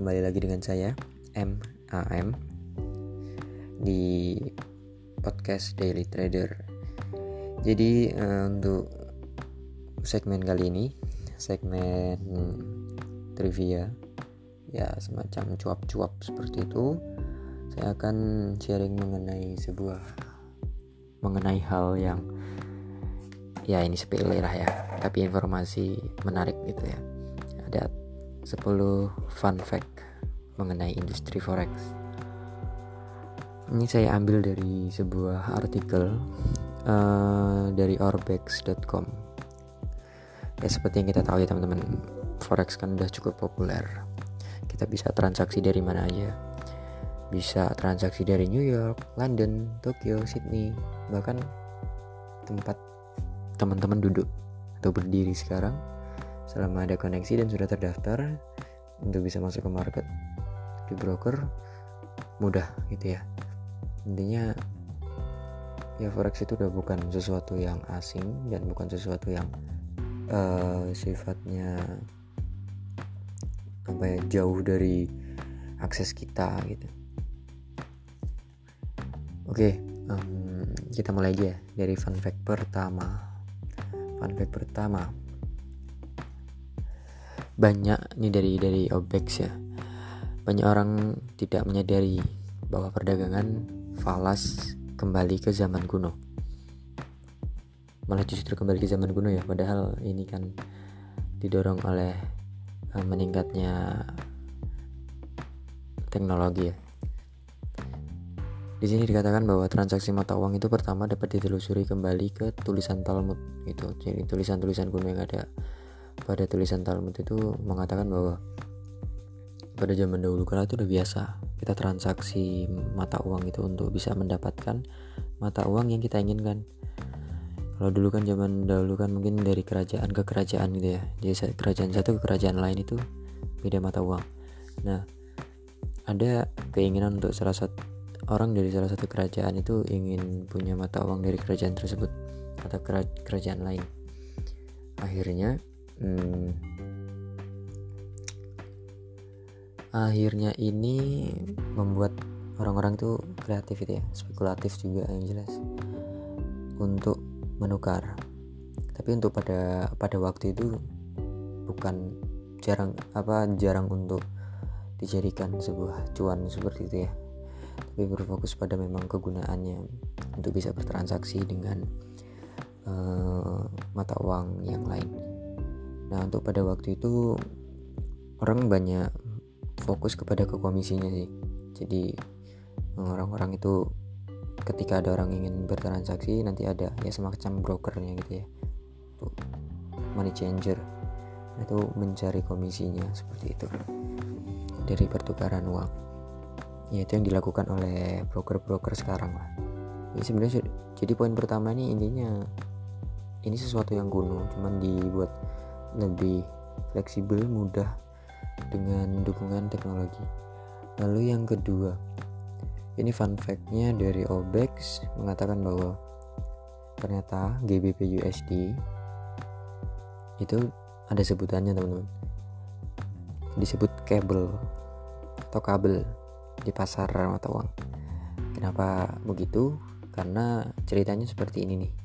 kembali lagi dengan saya MAM di podcast Daily Trader. Jadi untuk segmen kali ini, segmen trivia, ya semacam cuap-cuap seperti itu, saya akan sharing mengenai hal yang ya ini sepele lah ya, tapi informasi menarik gitu ya. Ada 10 fun fact mengenai industri forex. Ini saya ambil dari sebuah artikel dari orbex.com. Ya seperti yang kita tahu ya teman-teman, forex kan udah cukup populer. Kita bisa transaksi dari mana aja. Bisa transaksi dari New York, London, Tokyo, Sydney, bahkan tempat teman-teman duduk atau berdiri sekarang. Selama ada koneksi dan sudah terdaftar untuk bisa masuk ke market di broker, mudah gitu ya. Intinya ya forex itu udah bukan sesuatu yang asing dan bukan sesuatu yang sifatnya jauh dari akses kita gitu. Oke, kita mulai aja dari fun fact pertama. Banyak nih dari Obex ya. Banyak orang tidak menyadari bahwa perdagangan falas kembali ke zaman kuno. Malah justru kembali ke zaman kuno ya, padahal ini kan didorong oleh meningkatnya teknologi ya. Di sini dikatakan bahwa transaksi mata uang itu pertama dapat ditelusuri kembali ke tulisan Talmud gitu. Jadi tulisan-tulisan kuno yang ada pada tulisan Talmud itu mengatakan bahwa pada zaman dahulu kala itu udah biasa kita transaksi mata uang itu untuk bisa mendapatkan mata uang yang kita inginkan. Kalau dulu kan zaman dahulu kan mungkin dari kerajaan ke kerajaan gitu ya. Jadi kerajaan satu ke kerajaan lain itu beda mata uang. Nah, ada keinginan untuk salah satu orang dari salah satu kerajaan itu ingin punya mata uang dari kerajaan tersebut atau kerajaan lain. Akhirnya ini membuat orang-orang tuh kreatif gitu ya, spekulatif juga yang jelas untuk menukar. Tapi untuk pada waktu itu bukan jarang untuk dijadikan sebuah cuan seperti itu ya. Tapi berfokus pada memang kegunaannya untuk bisa bertransaksi dengan mata uang yang lain. Nah, untuk pada waktu itu orang banyak fokus kepada komisinya sih. Jadi orang-orang itu ketika ada orang ingin bertransaksi nanti ada ya semacam brokernya gitu ya, tuh money changer itu mencari komisinya seperti itu dari pertukaran uang. Ya itu yang dilakukan oleh broker-broker sekarang lah. Ini sebenarnya jadi poin pertama nih, intinya ini sesuatu yang kuno cuman dibuat lebih fleksibel, mudah dengan dukungan teknologi. Lalu yang kedua, ini fun fact-nya dari Obex mengatakan bahwa ternyata GBP USD itu ada sebutannya teman-teman, disebut kabel atau kabel di pasar mata uang. Kenapa begitu? Karena ceritanya seperti ini nih.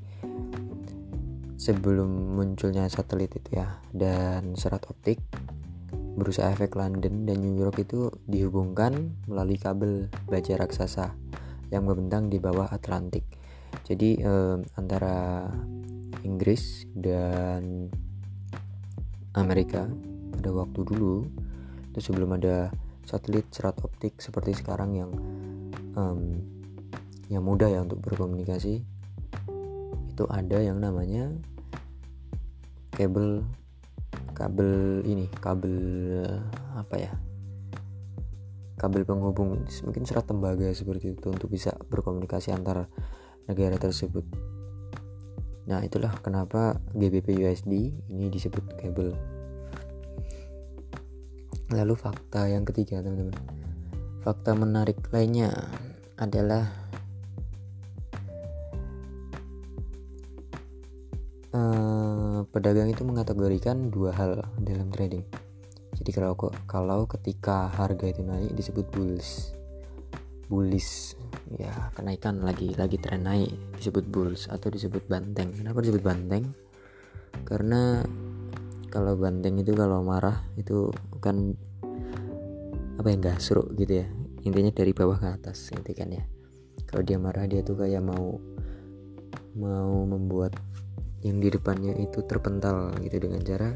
Sebelum munculnya satelit itu ya dan serat optik, bursa efek London dan New York itu dihubungkan melalui kabel baja raksasa yang membentang di bawah Atlantik. Jadi antara Inggris dan Amerika pada waktu dulu itu sebelum ada satelit serat optik seperti sekarang yang mudah ya untuk berkomunikasi, itu ada yang namanya kabel penghubung, mungkin serat tembaga seperti itu untuk bisa berkomunikasi antar negara tersebut. Nah, itulah kenapa GBP USD ini disebut kabel. Lalu fakta yang ketiga teman-teman, fakta menarik lainnya adalah pedagang itu mengategorikan dua hal dalam trading, Jadi kalau ketika harga itu naik disebut bullish ya, kenaikan lagi tren naik disebut bulls atau disebut banteng. Kenapa disebut banteng? Karena kalau banteng itu kalau marah itu kan gasruk gitu ya, intinya dari bawah ke atas gitu kan ya. Kalau dia marah dia tuh kayak mau membuat yang di depannya itu terpental gitu dengan cara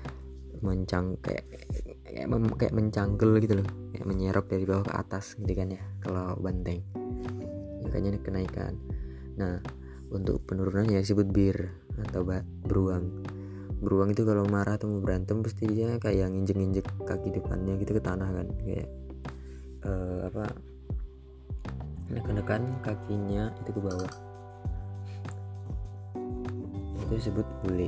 kayak mencangkel gitu loh, kayak menyerok dari bawah ke atas gitu kan ya kalau banteng. Makanya kenaikan. Nah, untuk penurunannya disebut bir atau beruang. Beruang itu kalau marah atau mau berantem pasti dia kayak nginjek kaki depannya gitu ke tanah kan, kayak nekan kakinya itu ke bawah. Itu disebut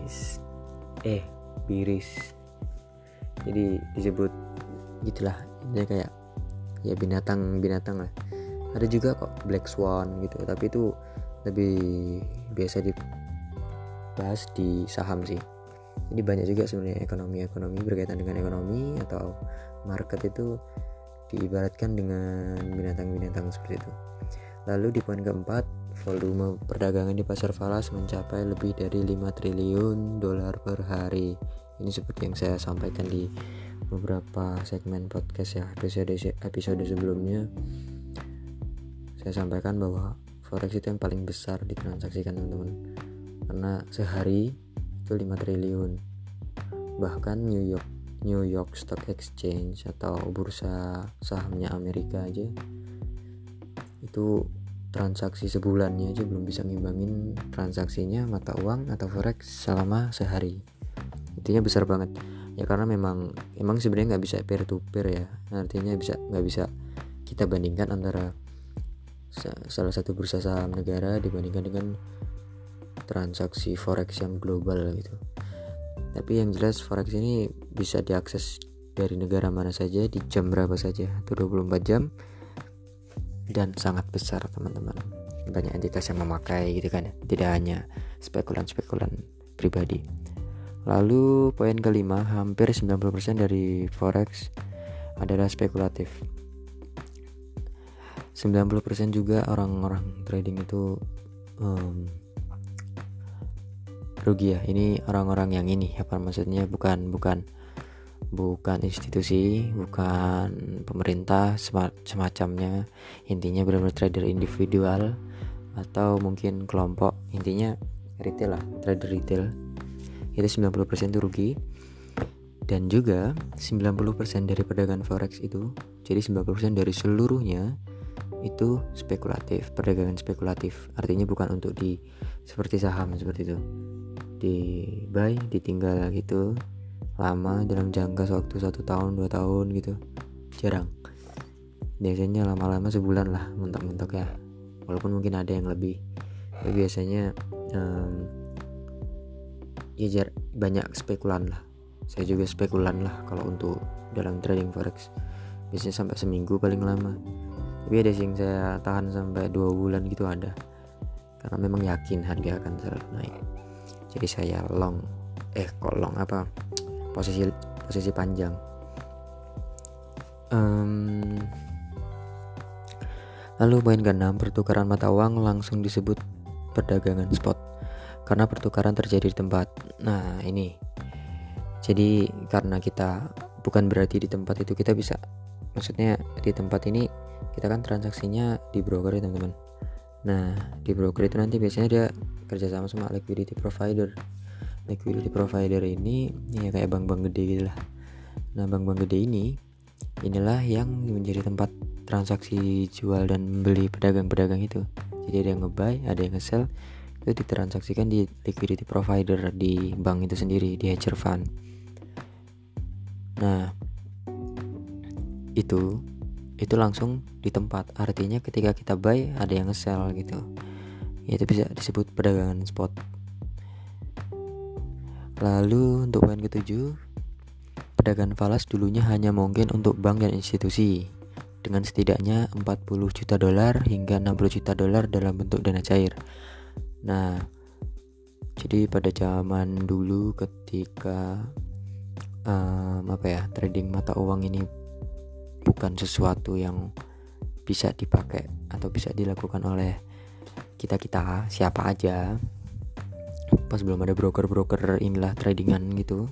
biris. Jadi disebut gitulah, dia kayak ya binatang lah. Ada juga kok black swan gitu, tapi itu lebih biasa dibahas di saham sih. Jadi banyak juga sebenarnya ekonomi berkaitan dengan ekonomi atau market itu diibaratkan dengan binatang-binatang seperti itu. Lalu di poin keempat, volume perdagangan di pasar falas mencapai lebih dari 5 triliun dolar per hari. Ini seperti yang saya sampaikan di beberapa segmen podcast ya, episode sebelumnya. Saya sampaikan bahwa forex itu yang paling besar ditransaksikan teman-teman, karena sehari itu 5 triliun. Bahkan New York Stock Exchange atau bursa sahamnya Amerika aja itu transaksi sebulannya aja belum bisa ngimbangin transaksinya mata uang atau forex selama sehari. Intinya besar banget ya, karena memang sebenarnya nggak bisa peer to peer ya, artinya nggak bisa kita bandingkan antara salah satu bursa saham negara dibandingkan dengan transaksi forex yang global gitu. Tapi yang jelas forex ini bisa diakses dari negara mana saja di jam berapa saja, itu 24 jam dan sangat besar teman-teman. Banyak entitas yang memakai gitu kan, tidak hanya spekulan pribadi. Lalu poin kelima, hampir 90% dari forex adalah spekulatif. 90% juga orang-orang trading itu rugi ya. Ini orang-orang yang ini apa maksudnya, bukan institusi, bukan pemerintah semacamnya. Intinya benar-benar trader individual atau mungkin kelompok, intinya retail lah, trader retail. Itu 90% itu rugi. Dan juga 90% dari perdagangan forex itu, jadi 90% dari seluruhnya itu spekulatif, perdagangan spekulatif. Artinya bukan untuk seperti saham seperti itu, di buy ditinggal gitu lama dalam jangka waktu 1 tahun 2 tahun gitu, jarang. Biasanya lama-lama sebulan lah mentok-mentok ya, walaupun mungkin ada yang lebih. Tapi biasanya banyak spekulan lah. Saya juga spekulan lah kalau untuk dalam trading forex, biasanya sampai seminggu paling lama. Tapi ada sih yang saya tahan sampai 2 bulan gitu ada, karena memang yakin harga akan selalu naik. Jadi saya posisi panjang. Lalu poin ke-6, pertukaran mata uang langsung disebut perdagangan spot karena pertukaran terjadi di tempat. Nah ini, jadi karena kita bukan berarti di tempat itu kita bisa, maksudnya di tempat ini kita kan transaksinya di broker ya teman-teman. Nah di broker itu nanti biasanya dia kerjasama sama liquidity provider. Liquidity provider ini ya kayak bank-bank gede gitu lah. Nah bank-bank gede inilah yang menjadi tempat transaksi jual dan beli pedagang-pedagang itu. Jadi ada yang nge-buy, ada yang nge-sell, itu ditransaksikan di liquidity provider di bank itu sendiri, di hedge fund. Nah itu langsung di tempat, artinya ketika kita buy ada yang nge-sell gitu, itu bisa disebut perdagangan spot. Lalu untuk poin ke-7, perdagangan falas dulunya hanya mungkin untuk bank dan institusi dengan setidaknya 40 juta dolar hingga 60 juta dolar dalam bentuk dana cair. Nah jadi pada zaman dulu ketika trading mata uang ini bukan sesuatu yang bisa dipakai atau bisa dilakukan oleh kita siapa aja, pas belum ada broker inilah tradingan gitu.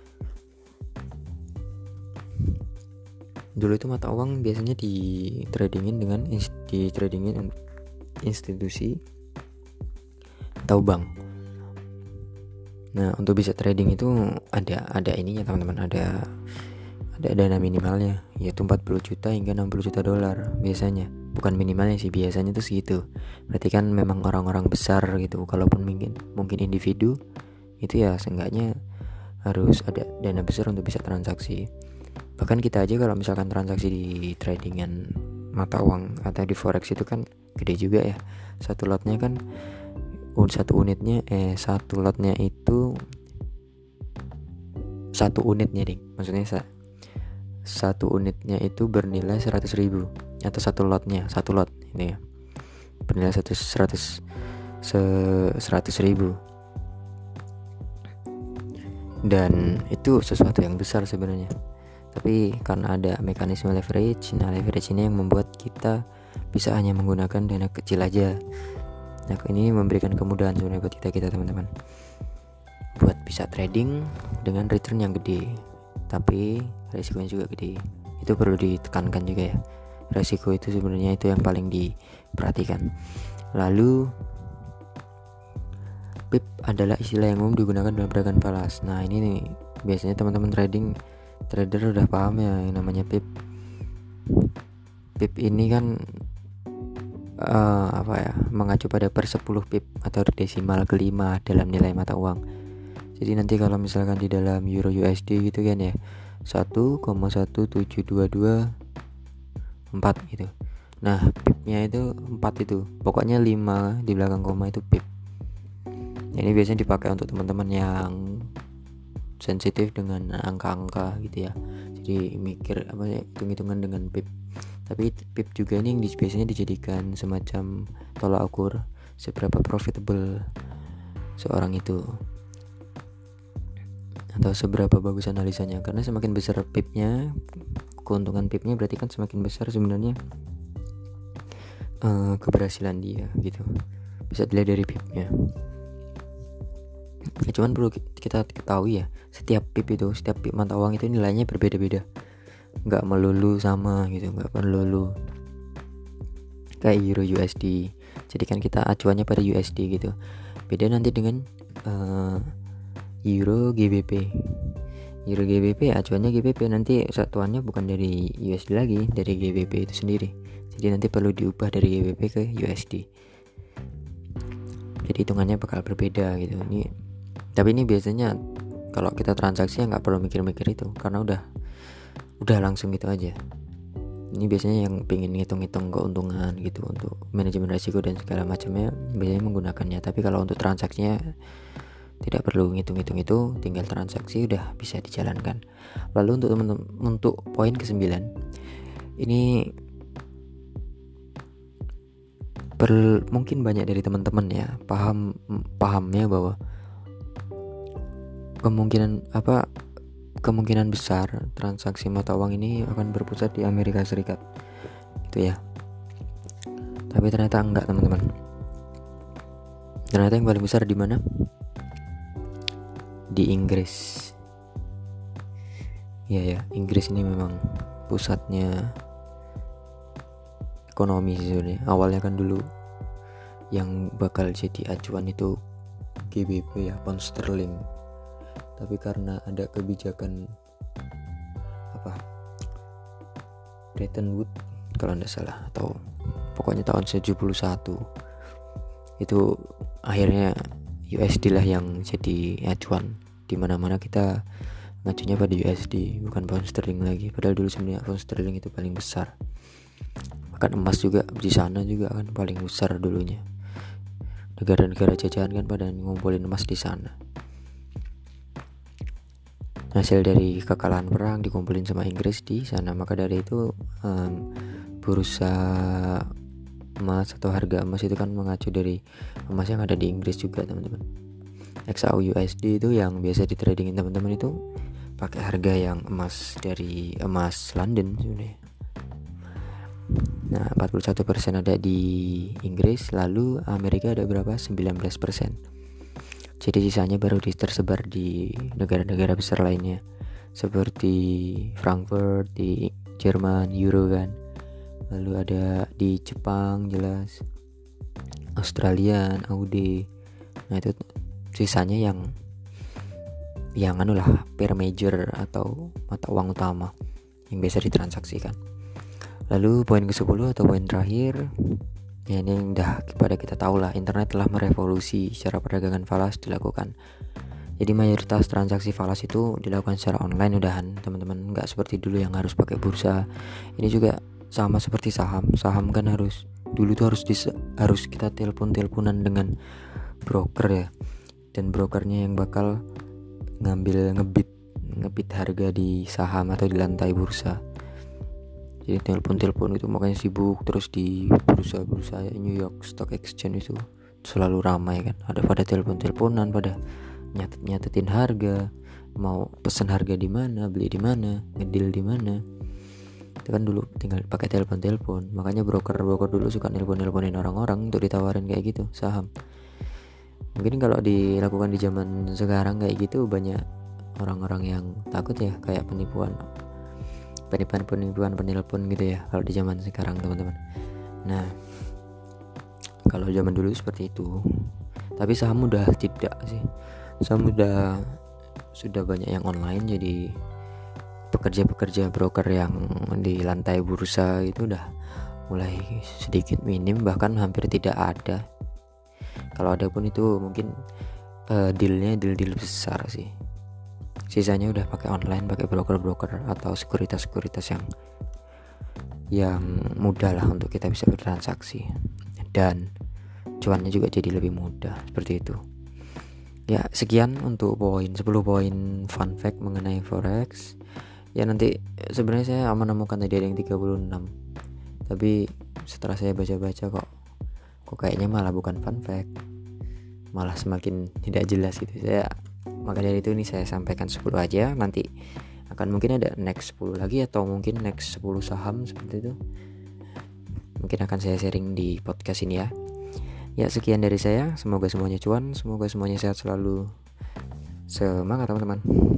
Dulu itu mata uang biasanya di tradingin institusi atau bank. Nah, untuk bisa trading itu ada ininya teman-teman, ada dana minimalnya, yaitu 40 juta hingga 60 juta dolar biasanya. Bukan minimalnya sih, biasanya tuh segitu. Berarti kan memang orang-orang besar gitu. Kalaupun mungkin individu itu ya seenggaknya harus ada dana besar untuk bisa transaksi. Bahkan kita aja kalau misalkan transaksi di tradingan mata uang atau di forex itu kan gede juga ya. Satu lotnya itu satu unitnya ding. Maksudnya satu unitnya itu bernilai 100.000 atau satu lot ini ya, bernilai 100.000. Dan itu sesuatu yang besar sebenarnya. Tapi karena ada mekanisme leverage, nah leverage ini yang membuat kita bisa hanya menggunakan dana kecil aja. Nah, ini memberikan kemudahan sebenarnya buat kita teman-teman, buat bisa trading dengan return yang gede, tapi resikonya juga gede. Itu perlu ditekankan juga ya. Resiko itu sebenarnya itu yang paling diperhatikan. Lalu PIP adalah istilah yang umum digunakan dalam perdagangan falas. Nah, ini nih biasanya teman-teman trader udah paham ya yang namanya PIP. PIP ini kan mengacu pada per 10 PIP atau desimal kelima dalam nilai mata uang. Jadi nanti kalau misalkan di dalam Euro USD gitu kan ya 1,17224 gitu. Nah, PIP-nya itu 4 itu. Pokoknya 5 di belakang koma itu PIP. Ini biasanya dipakai untuk teman-teman yang sensitif dengan angka-angka gitu ya. Jadi mikir hitung-hitungan dengan PIP. Tapi PIP juga ini yang biasanya dijadikan semacam tolak ukur seberapa profitable seorang itu atau seberapa bagus analisanya. Karena semakin besar PIP-nya, keuntungan PIP-nya berarti kan semakin besar sebenarnya keberhasilan dia gitu. Bisa dilihat dari PIP-nya. Cuman perlu kita ketahui ya, setiap PIP mata uang itu nilainya berbeda-beda. Nggak melulu sama gitu, nggak melulu kayak Euro USD. Jadi kan kita acuannya pada USD gitu. Beda nanti dengan Euro GBP. Euro GBP acuannya GBP, nanti satuannya bukan dari USD lagi, dari GBP itu sendiri. Jadi nanti perlu diubah dari GBP ke USD. Jadi hitungannya bakal berbeda gitu. Tapi ini biasanya kalau kita transaksi nggak perlu mikir-mikir itu, karena udah langsung gitu aja. Ini biasanya yang pengen ngitung-ngitung keuntungan gitu untuk manajemen risiko dan segala macamnya biasanya menggunakannya. Tapi kalau untuk transaksinya tidak perlu ngitung-ngitung itu, tinggal transaksi udah bisa dijalankan. Lalu untuk poin ke-9 ini mungkin banyak dari teman-teman ya pahamnya bahwa kemungkinan besar transaksi mata uang ini akan berpusat di Amerika Serikat gitu ya. Tapi ternyata enggak teman-teman. Ternyata yang paling besar di mana? Di Inggris. Ya, Inggris ini memang pusatnya ekonomi sih sebenarnya. Awalnya kan dulu yang bakal jadi acuan itu GBP ya, pound sterling. Tapi karena ada kebijakan Bretton Woods kalau tidak salah, atau pokoknya tahun 71 itu akhirnya USD lah yang jadi acuan. Di mana-mana kita ngacunya pada USD, bukan pound sterling lagi. Padahal dulu sebenarnya pound sterling itu paling besar. Bahkan emas juga di sana juga kan paling besar dulunya. Negara-negara jajahan kan pada ngumpulin emas di sana. Hasil dari kekalahan perang dikumpulin sama Inggris di sana. Maka dari itu bursa emas atau harga emas itu kan mengacu dari emas yang ada di Inggris juga teman-teman. XAU USD itu yang biasa di tradingin teman-teman itu pakai harga yang emas dari emas London sebenarnya. Nah, 41% ada di Inggris, lalu Amerika ada berapa? 19%. Jadi sisanya baru tersebar di negara-negara besar lainnya, seperti Frankfurt di Jerman, Euro kan. Lalu ada di Jepang jelas, Australia, Audi. Nah, itu sisanya yang per major atau mata uang utama yang biasa ditransaksikan. Lalu poin ke-10 atau poin terakhir, ya ini yang udah pada kita tahu lah, internet telah merevolusi cara perdagangan falas dilakukan. Jadi mayoritas transaksi falas itu dilakukan secara online udahan teman-teman, nggak seperti dulu yang harus pakai bursa. Ini juga sama seperti saham kan dulu tuh harus kita teleponan dengan broker ya, dan brokernya yang bakal ngebit harga di saham atau di lantai bursa. Jadi telepon itu makanya sibuk terus di bursa New York Stock Exchange itu selalu ramai kan, ada pada teleponan, pada nyatetin harga, mau pesan harga di mana, beli di mana, ngedeal di mana. Itu kan dulu tinggal pakai telepon. Makanya broker dulu suka nelponin orang-orang untuk ditawarin kayak gitu saham. Mungkin kalau dilakukan di zaman sekarang kayak gitu banyak orang-orang yang takut ya, kayak penipuan penelpon gitu ya kalau di zaman sekarang teman-teman. Nah, kalau zaman dulu seperti itu. Tapi saham udah tidak sih. Saham sudah banyak yang online, jadi pekerja broker yang di lantai bursa itu udah mulai sedikit minim, bahkan hampir tidak ada. Kalau ada pun itu mungkin deal besar sih. Sisanya udah pakai online, pakai broker atau sekuritas yang mudah lah untuk kita bisa bertransaksi, dan cuannya juga jadi lebih mudah seperti itu. Ya, sekian untuk 10 poin fun fact mengenai forex. Ya, nanti sebenarnya saya menemukan tadi ada yang 36. Tapi setelah saya baca-baca kok kayaknya malah bukan fun fact, malah semakin tidak jelas gitu. Maka dari itu ini saya sampaikan 10 aja. Nanti akan mungkin ada next 10 lagi, atau mungkin next 10 saham seperti itu. Mungkin akan saya sharing di podcast ini ya. Ya, sekian dari saya. Semoga semuanya cuan, semoga semuanya sehat selalu. Semangat teman-teman.